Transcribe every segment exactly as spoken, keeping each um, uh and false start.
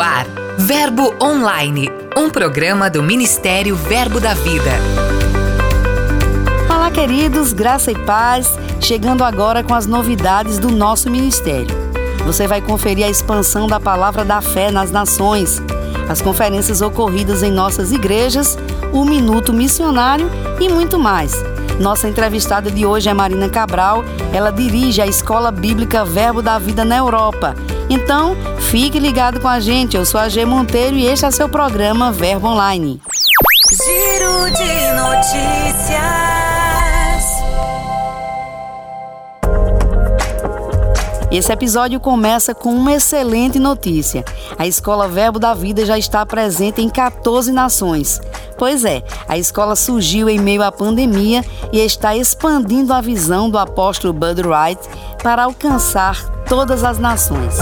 ar, Verbo Online, um programa do Ministério Verbo da Vida. Olá, queridos, graça e paz, chegando agora com as novidades do nosso ministério. Você vai conferir a expansão da palavra da fé nas nações, as conferências ocorridas em nossas igrejas, o Minuto Missionário e muito mais. Nossa entrevistada de hoje é Marina Cabral. Ela dirige a Escola Bíblica Verbo da Vida na Europa. Então, fique ligado com a gente. Eu sou a G Monteiro e este é seu programa Verbo Online. Giro de notícias. Esse episódio começa com uma excelente notícia. A Escola Verbo da Vida já está presente em catorze nações. Pois é, a escola surgiu em meio à pandemia e está expandindo a visão do apóstolo Bud Wright para alcançar todas as nações.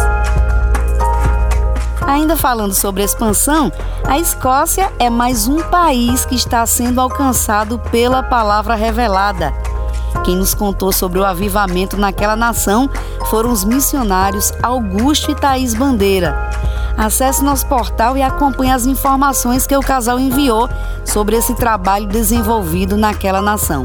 Ainda falando sobre expansão, a Escócia é mais um país que está sendo alcançado pela palavra revelada. Quem nos contou sobre o avivamento naquela nação foram os missionários Augusto e Thaís Bandeira. Acesse nosso portal e acompanhe as informações que o casal enviou sobre esse trabalho desenvolvido naquela nação.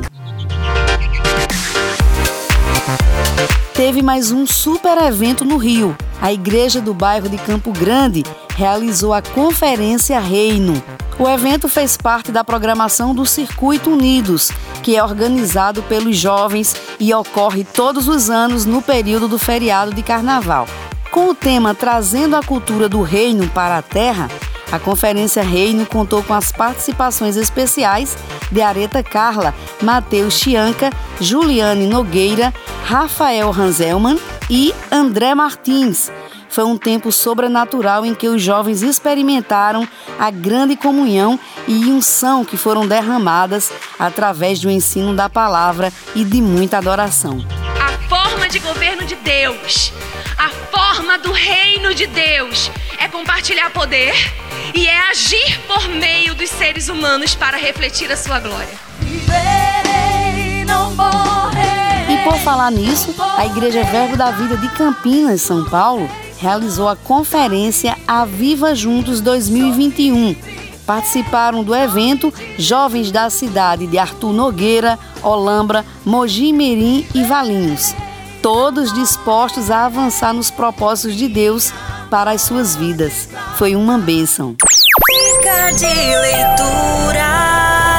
Teve mais um super evento no Rio. A igreja do bairro de Campo Grande realizou a Conferência Reino. O evento fez parte da programação do Circuito Unidos, que é organizado pelos jovens e ocorre todos os anos no período do feriado de Carnaval. Com o tema Trazendo a Cultura do Reino para a Terra, a Conferência Reino contou com as participações especiais de Areta Carla, Matheus Chianca, Juliane Nogueira, Rafael Hanselman e André Martins. Foi um tempo sobrenatural em que os jovens experimentaram a grande comunhão e unção que foram derramadas através do ensino da palavra e de muita adoração. A forma de governo de Deus, a forma do reino de Deus é compartilhar poder e é agir por meio dos seres humanos para refletir a sua glória. Viverei, não morrerei. E por falar nisso, a Igreja Verbo da Vida de Campinas, São Paulo, realizou a conferência Aviva Juntos dois mil e vinte e um. Participaram do evento jovens da cidade de Arthur Nogueira, Olambra, Mogi Mirim e Valinhos. Todos dispostos a avançar nos propósitos de Deus para as suas vidas. Foi uma bênção. Dica de leitura.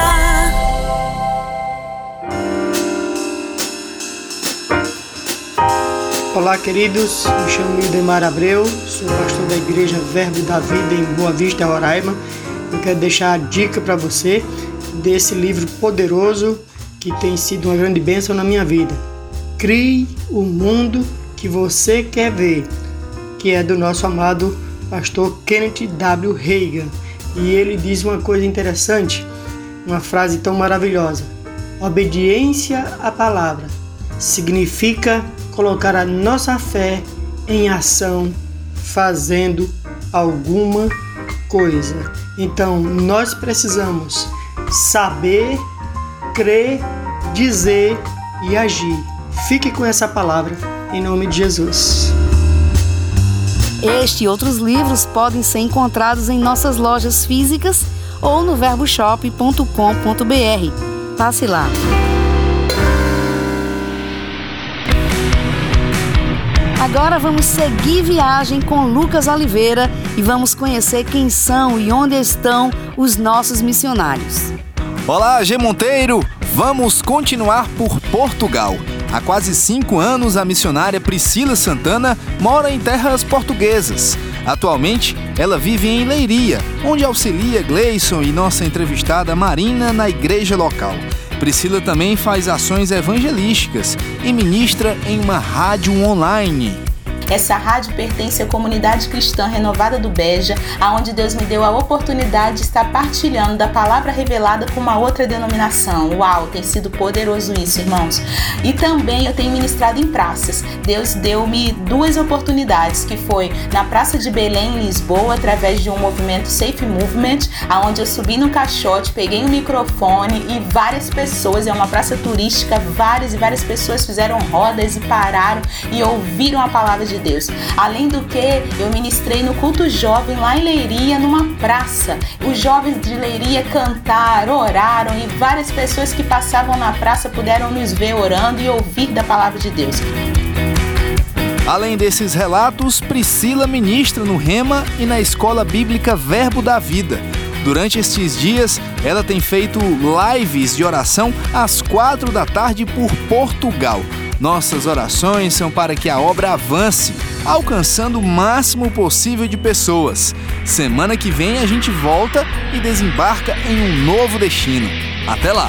Olá, queridos, me chamo Ildemar Abreu, sou pastor da Igreja Verbo da Vida em Boa Vista, Roraima. Eu quero deixar a dica para você desse livro poderoso que tem sido uma grande bênção na minha vida. Crie o mundo que você quer ver, que é do nosso amado pastor Kenneth W. Hagin. E ele diz uma coisa interessante, uma frase tão maravilhosa. Obediência à palavra significa colocar a nossa fé em ação, fazendo alguma coisa. Então, nós precisamos saber, crer, dizer e agir. Fique com essa palavra, em nome de Jesus. Este e outros livros podem ser encontrados em nossas lojas físicas ou no verboshop ponto com ponto b r. Passe lá. Agora vamos seguir viagem com Lucas Oliveira e vamos conhecer quem são e onde estão os nossos missionários. Olá, G Monteiro! Vamos continuar por Portugal. Há quase cinco anos, a missionária Priscila Santana mora em terras portuguesas. Atualmente, ela vive em Leiria, onde auxilia Gleison e nossa entrevistada Marina na igreja local. Priscila também faz ações evangelísticas e ministra em uma rádio online. Essa rádio pertence à comunidade cristã renovada do Beja, aonde Deus me deu a oportunidade de estar partilhando da palavra revelada com uma outra denominação. Uau, tem sido poderoso isso, irmãos. E também eu tenho ministrado em praças. Deus deu-me duas oportunidades, que foi na Praça de Belém, em Lisboa, através de um movimento Safe Movement, aonde eu subi no caixote, peguei o microfone e várias pessoas, é uma praça turística, várias e várias pessoas fizeram rodas e pararam e ouviram a palavra de de Deus. Além do que, eu ministrei no culto jovem lá em Leiria, numa praça. Os jovens de Leiria cantaram, oraram e várias pessoas que passavam na praça puderam nos ver orando e ouvir da palavra de Deus. Além desses relatos, Priscila ministra no Rema e na Escola Bíblica Verbo da Vida. Durante estes dias, ela tem feito lives de oração às quatro da tarde por Portugal. Nossas orações são para que a obra avance, alcançando o máximo possível de pessoas. Semana que vem a gente volta e desembarca em um novo destino. Até lá!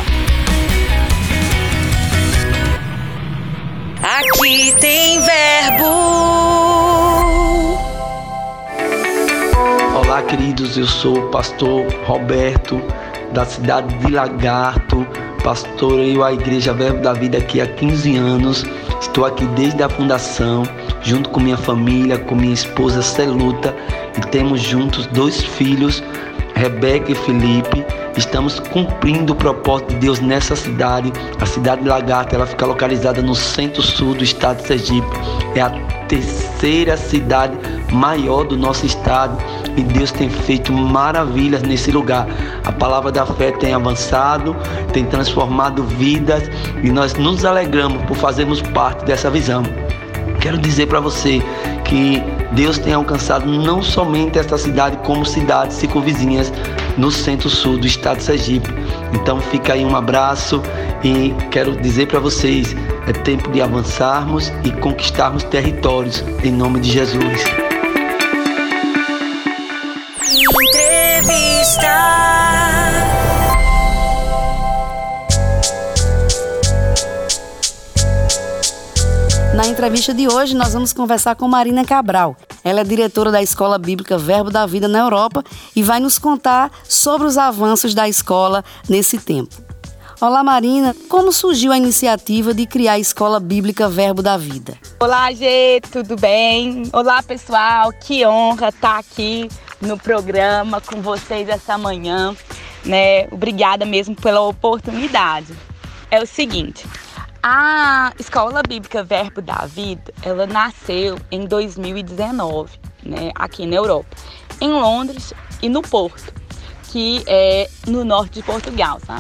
Aqui tem Verbo. Olá, queridos, eu sou o pastor Roberto, da cidade de Lagarto. Pastoreio a Igreja Verbo da Vida aqui há quinze anos. Estou aqui desde a fundação, junto com minha família, com minha esposa Celuta, e temos juntos dois filhos, Rebeca e Felipe. Estamos cumprindo o propósito de Deus nessa cidade. A cidade de Lagarto, ela fica localizada no centro-sul do estado de Sergipe. É a terceira cidade maior do nosso estado e Deus tem feito maravilhas nesse lugar. A palavra da fé tem avançado, tem transformado vidas e nós nos alegramos por fazermos parte dessa visão. Quero dizer para você que Deus tem alcançado não somente esta cidade, como cidades circunvizinhas no centro-sul do estado de Sergipe. Então fica aí um abraço e quero dizer para vocês, é tempo de avançarmos e conquistarmos territórios em nome de Jesus. Entrevista. Na entrevista de hoje, nós vamos conversar com Marina Cabral. Ela é diretora da Escola Bíblica Verbo da Vida na Europa e vai nos contar sobre os avanços da escola nesse tempo. Olá, Marina. Como surgiu a iniciativa de criar a Escola Bíblica Verbo da Vida? Olá, Gê, tudo bem? Olá, pessoal. Que honra estar aqui no programa com vocês essa manhã, né? Obrigada mesmo pela oportunidade. É o seguinte, a Escola Bíblica Verbo da Vida, ela nasceu em dois mil e dezenove, né, aqui na Europa, em Londres e no Porto, que é no norte de Portugal, sabe?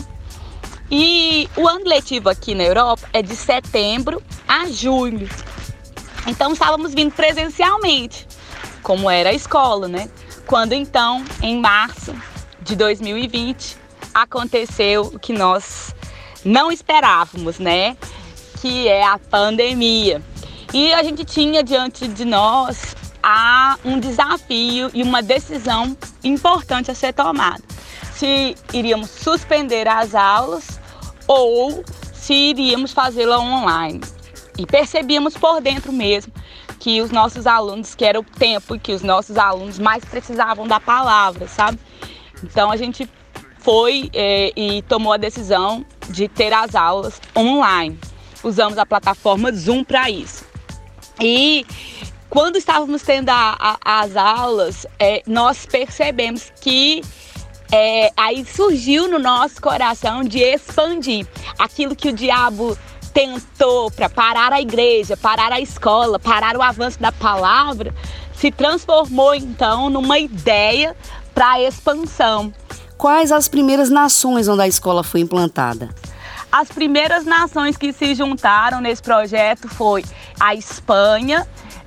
E o ano letivo aqui na Europa é de setembro a julho. Então estávamos vindo presencialmente, como era a escola, né? Quando então, em março de dois mil e vinte, aconteceu o que nós não esperávamos, né? Que é a pandemia. E a gente tinha diante de nós a, um desafio e uma decisão importante a ser tomada. Se iríamos suspender as aulas ou se iríamos fazê-la online. E percebíamos por dentro mesmo que os nossos alunos, que era o tempo que os nossos alunos mais precisavam da palavra, sabe? Então a gente foi é, e tomou a decisão de ter as aulas online. Usamos a plataforma Zoom para isso. E quando estávamos tendo a, a, as aulas, é, nós percebemos que é, aí surgiu no nosso coração de expandir aquilo que o diabo tentou para parar a igreja, parar a escola, parar o avanço da palavra, se transformou então numa ideia para a expansão. Quais as primeiras nações onde a escola foi implantada? As primeiras nações que se juntaram nesse projeto foi a Espanha,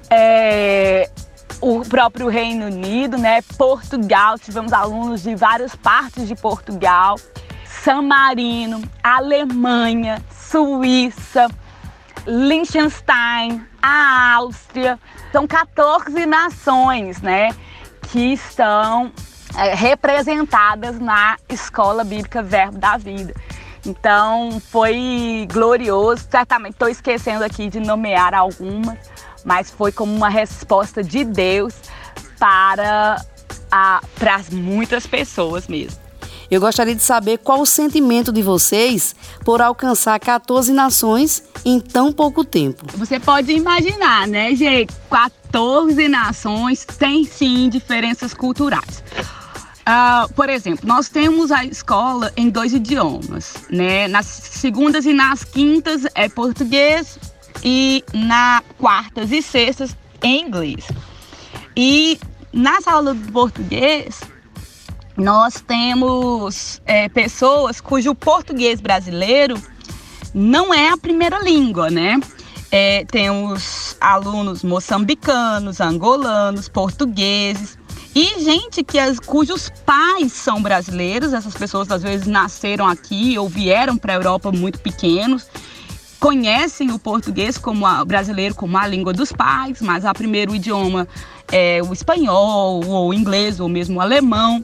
é, o próprio Reino Unido, né, Portugal, tivemos alunos de várias partes de Portugal, San Marino, Alemanha, Suíça, Liechtenstein, a Áustria. São quatorze nações, né, que estão é, representadas na Escola Bíblica Verbo da Vida. Então foi glorioso, certamente estou esquecendo aqui de nomear algumas, mas foi como uma resposta de Deus para, a, para muitas pessoas mesmo. Eu gostaria de saber qual o sentimento de vocês por alcançar quatorze nações em tão pouco tempo. Você pode imaginar, né, gente? quatorze nações têm sim diferenças culturais. Uh, por exemplo, nós temos a escola em dois idiomas, né? Nas segundas e nas quintas é português e nas quartas e sextas em inglês. E na sala do português, nós temos é, pessoas cujo português brasileiro não é a primeira língua, né? É, temos alunos moçambicanos, angolanos, portugueses e gente que as, cujos pais são brasileiros. Essas pessoas às vezes nasceram aqui ou vieram para a Europa muito pequenos, conhecem o português como a, brasileiro como a língua dos pais, mas o primeiro idioma é o espanhol ou o inglês ou mesmo o alemão.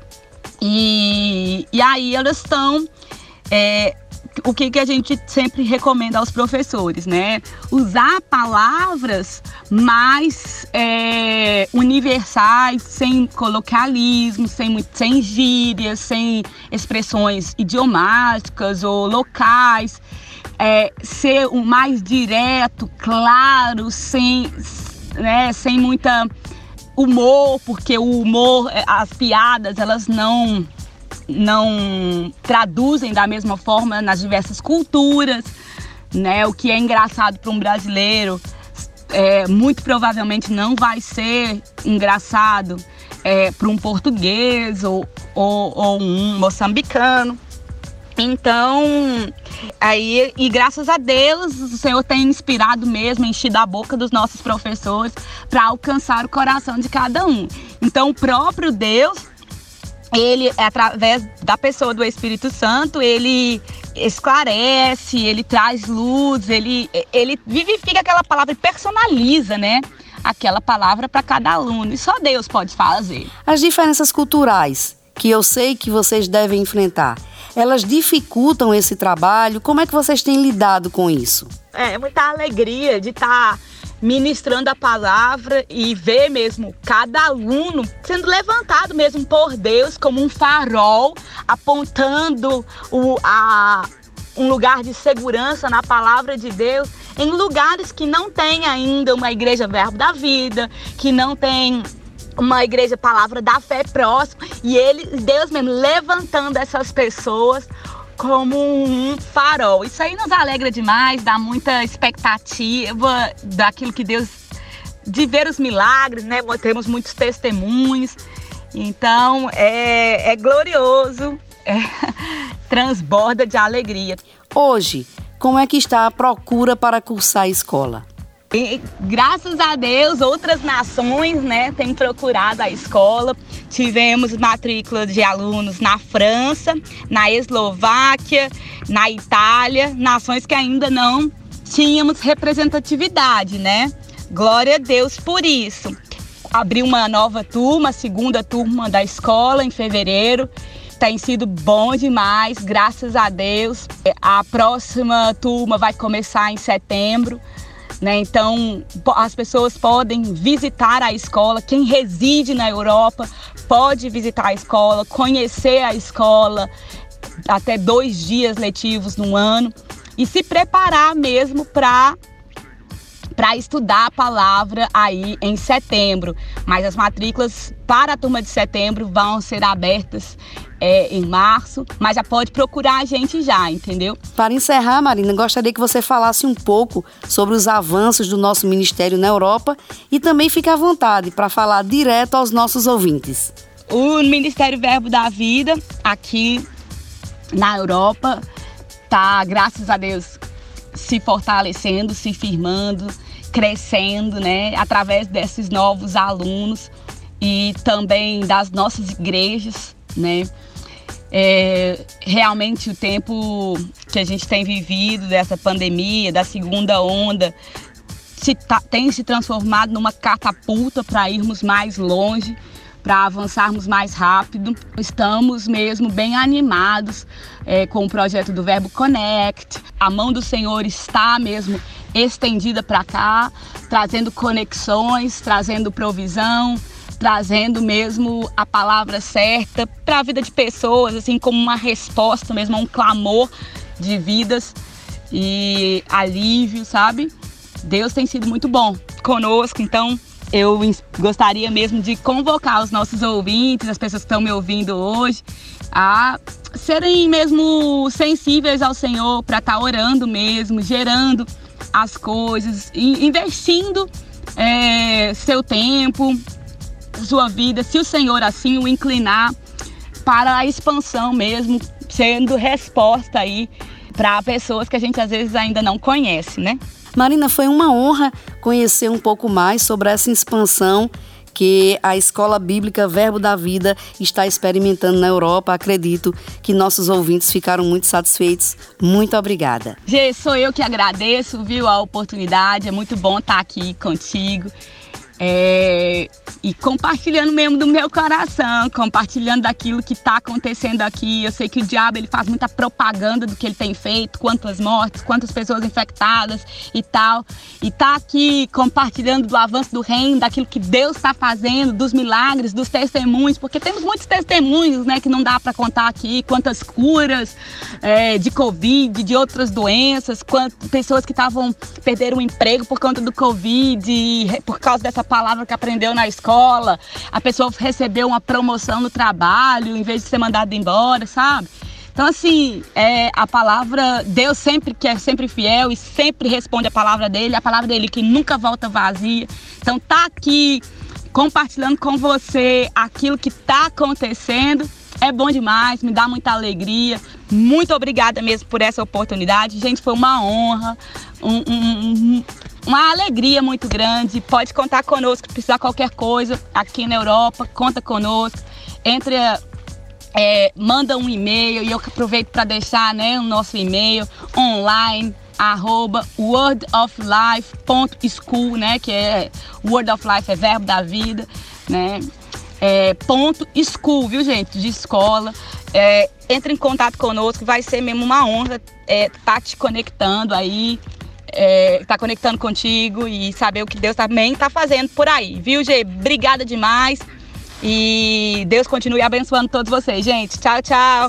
E, e aí elas estão... É, o que, que a gente sempre recomenda aos professores, né? Usar palavras mais é, universais, sem coloquialismo, sem, sem gírias, sem expressões idiomáticas ou locais. É, ser o mais direto, claro, sem, né, sem muita humor, porque o humor, as piadas, elas não... não traduzem da mesma forma nas diversas culturas, né? O que é engraçado para um brasileiro, é, muito provavelmente não vai ser engraçado é, para um português ou, ou, ou um moçambicano. Então, aí, e graças a Deus, o Senhor tem inspirado mesmo, enchido a boca dos nossos professores para alcançar o coração de cada um. Então, o próprio Deus, ele, através da pessoa do Espírito Santo, ele esclarece, ele traz luz, ele, ele vivifica aquela palavra e personaliza, né, aquela palavra para cada aluno. E só Deus pode fazer. As diferenças culturais, que eu sei que vocês devem enfrentar, elas dificultam esse trabalho? Como é que vocês têm lidado com isso? É muita alegria de estar ministrando a palavra e ver mesmo cada aluno sendo levantado mesmo por Deus como um farol, apontando o, a, um lugar de segurança na palavra de Deus em lugares que não tem ainda uma igreja Verbo da Vida, que não tem uma igreja Palavra da Fé próxima, e ele, Deus mesmo levantando essas pessoas como um farol. Isso aí nos alegra demais, dá muita expectativa daquilo que Deus, de ver os milagres, né? Temos muitos testemunhos, então é, é glorioso, é, transborda de alegria. Hoje, como é que está a procura para cursar a escola? E, graças a Deus, outras nações, né, têm procurado a escola. Tivemos matrícula de alunos na França, na Eslováquia, na Itália, nações que ainda não tínhamos representatividade, né? Glória a Deus por isso. Abriu uma nova turma, a segunda turma da escola em fevereiro. Tem sido bom demais, graças a Deus. A próxima turma vai começar em setembro. Né? Então, as pessoas podem visitar a escola. Quem reside na Europa pode visitar a escola, conhecer a escola, até dois dias letivos no ano, e se preparar mesmo para para estudar a palavra aí em setembro. Mas as matrículas para a turma de setembro vão ser abertas é, em março, mas já pode procurar a gente já, entendeu? Para encerrar, Marina, gostaria que você falasse um pouco sobre os avanços do nosso ministério na Europa e também fique à vontade para falar direto aos nossos ouvintes. O Ministério Verbo da Vida aqui na Europa está, graças a Deus, se fortalecendo, se firmando, crescendo, né, através desses novos alunos e também das nossas igrejas, né. É, realmente o tempo que a gente tem vivido dessa pandemia, da segunda onda, se tá, tem se transformado numa catapulta para irmos mais longe, para avançarmos mais rápido. Estamos mesmo bem animados é, com o projeto do Verbo Connect. A mão do Senhor está mesmo estendida para cá, trazendo conexões, trazendo provisão, trazendo mesmo a palavra certa para a vida de pessoas, assim como uma resposta mesmo a um clamor de vidas e alívio, sabe? Deus tem sido muito bom conosco, então eu gostaria mesmo de convocar os nossos ouvintes, as pessoas que estão me ouvindo hoje, a serem mesmo sensíveis ao Senhor para estar orando mesmo, gerando as coisas, investindo é, seu tempo, sua vida, se o Senhor assim o inclinar para a expansão mesmo, sendo resposta aí para pessoas que a gente às vezes ainda não conhece, né? Marina, foi uma honra conhecer um pouco mais sobre essa expansão que a Escola Bíblica Verbo da Vida está experimentando na Europa. Acredito que nossos ouvintes ficaram muito satisfeitos. Muito obrigada. Gê, sou eu que agradeço, viu, a oportunidade. É muito bom estar aqui contigo. É, e compartilhando mesmo do meu coração, compartilhando daquilo que está acontecendo aqui. Eu sei que o diabo ele faz muita propaganda do que ele tem feito, quantas mortes, quantas pessoas infectadas e tal. E tá aqui compartilhando do avanço do reino, daquilo que Deus está fazendo, dos milagres, dos testemunhos, porque temos muitos testemunhos, né, que não dá para contar aqui, quantas curas é, de Covid, de outras doenças, quantas pessoas que estavam perderam o emprego por conta do Covid, e, por causa dessa palavra que aprendeu na escola, a pessoa recebeu uma promoção no trabalho em vez de ser mandada embora, sabe? Então, assim, é, a palavra, Deus sempre que é sempre fiel e sempre responde a palavra dele, a palavra dele que nunca volta vazia. Então, tá aqui compartilhando com você aquilo que tá acontecendo. É bom demais, me dá muita alegria. Muito obrigada mesmo por essa oportunidade. Gente, foi uma honra, um, um, um, uma alegria muito grande. Pode contar conosco, se precisar qualquer coisa aqui na Europa, conta conosco. Entre, é, manda um e-mail, e eu aproveito para deixar, né, o nosso e-mail online, arroba wordoflife ponto school, né, que é Word of Life, é verbo da vida, né, é, ponto school, viu, gente, de escola. É, entre em contato conosco, vai ser mesmo uma honra é, tá te conectando aí, é, tá conectando contigo e saber o que Deus também tá fazendo por aí, viu, Gê? Obrigada demais e Deus continue abençoando todos vocês, gente. Tchau, tchau.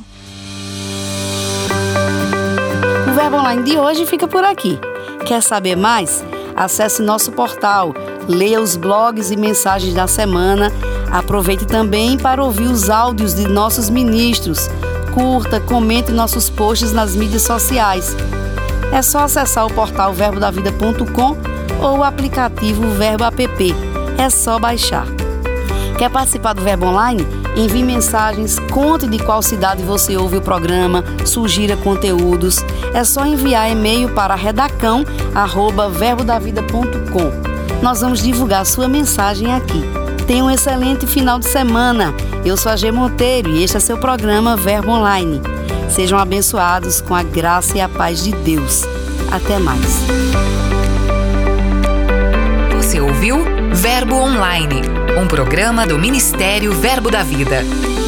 O Verbo Online de hoje fica por aqui. Quer saber mais? Acesse nosso portal, leia os blogs e mensagens da semana. Aproveite também para ouvir os áudios de nossos ministros. Curta, comente nossos posts nas mídias sociais. É só acessar o portal verbo da vida ponto com ou o aplicativo Verbo App. É só baixar. Quer participar do Verbo Online? Envie mensagens, conte de qual cidade você ouve o programa, sugira conteúdos. É só enviar e-mail para redacão arroba verbo da vida ponto com. Nós vamos divulgar sua mensagem aqui. Tenha um excelente final de semana. Eu sou a Gê Monteiro e este é seu programa Verbo Online. Sejam abençoados com a graça e a paz de Deus. Até mais. Você ouviu Verbo Online, um programa do Ministério Verbo da Vida.